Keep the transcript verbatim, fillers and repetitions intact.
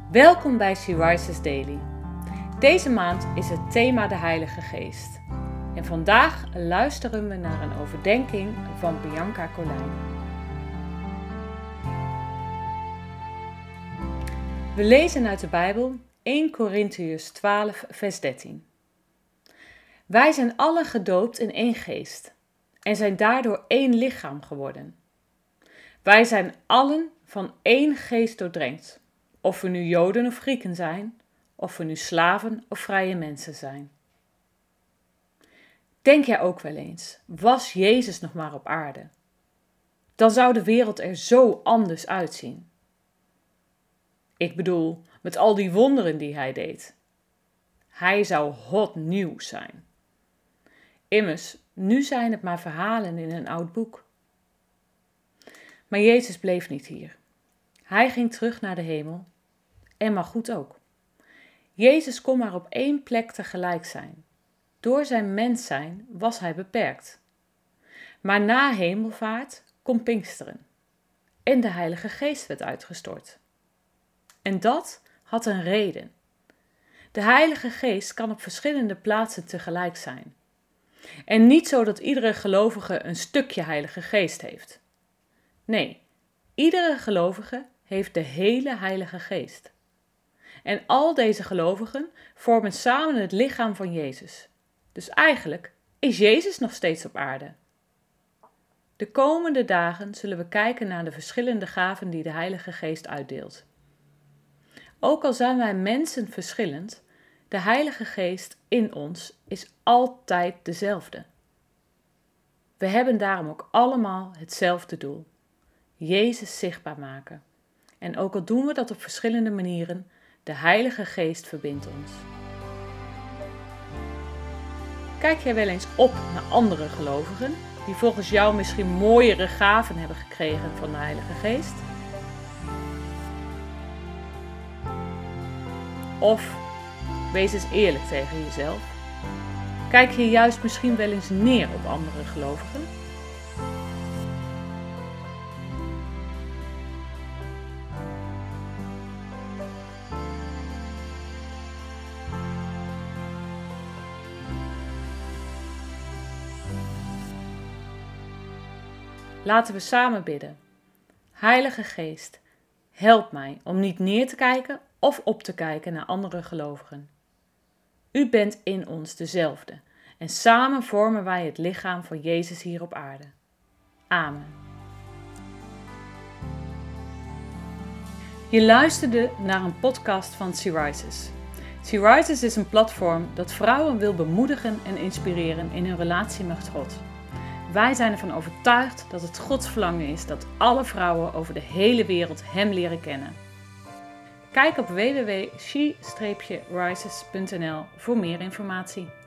Welkom bij She Rises Daily. Deze maand is het thema de Heilige Geest. En vandaag luisteren we naar een overdenking van Bianca Colijn. We lezen uit de Bijbel eerste Korintiërs twaalf vers dertien. Wij zijn allen gedoopt in één geest en zijn daardoor één lichaam geworden. Wij zijn allen van één geest doordrenkt, of we nu Joden of Grieken zijn, of we nu slaven of vrije mensen zijn. Denk jij ook wel eens, was Jezus nog maar op aarde? Dan zou de wereld er zo anders uitzien. Ik bedoel, met al die wonderen die hij deed. Hij zou hot nieuws zijn. Immers, nu zijn het maar verhalen in een oud boek. Maar Jezus bleef niet hier. Hij ging terug naar de hemel. En maar goed ook. Jezus kon maar op één plek tegelijk zijn. Door zijn mens zijn was hij beperkt. Maar na hemelvaart kon Pinksteren. En de Heilige Geest werd uitgestort. En dat had een reden. De Heilige Geest kan op verschillende plaatsen tegelijk zijn. En niet zo dat iedere gelovige een stukje Heilige Geest heeft. Nee, iedere gelovige heeft de hele Heilige Geest. En al deze gelovigen vormen samen het lichaam van Jezus. Dus eigenlijk is Jezus nog steeds op aarde. De komende dagen zullen we kijken naar de verschillende gaven die de Heilige Geest uitdeelt. Ook al zijn wij mensen verschillend, de Heilige Geest in ons is altijd dezelfde. We hebben daarom ook allemaal hetzelfde doel: Jezus zichtbaar maken. En ook al doen we dat op verschillende manieren, de Heilige Geest verbindt ons. Kijk jij wel eens op naar andere gelovigen, die volgens jou misschien mooiere gaven hebben gekregen van de Heilige Geest? Of, wees eens eerlijk tegen jezelf, kijk je juist misschien wel eens neer op andere gelovigen? Laten we samen bidden. Heilige Geest, help mij om niet neer te kijken of op te kijken naar andere gelovigen. U bent in ons dezelfde en samen vormen wij het lichaam van Jezus hier op aarde. Amen. Je luisterde naar een podcast van She Rises. She Rises is een platform dat vrouwen wil bemoedigen en inspireren in hun relatie met God. Wij zijn ervan overtuigd dat het Gods verlangen is dat alle vrouwen over de hele wereld Hem leren kennen. Kijk op w w w punt she rises punt n l voor meer informatie.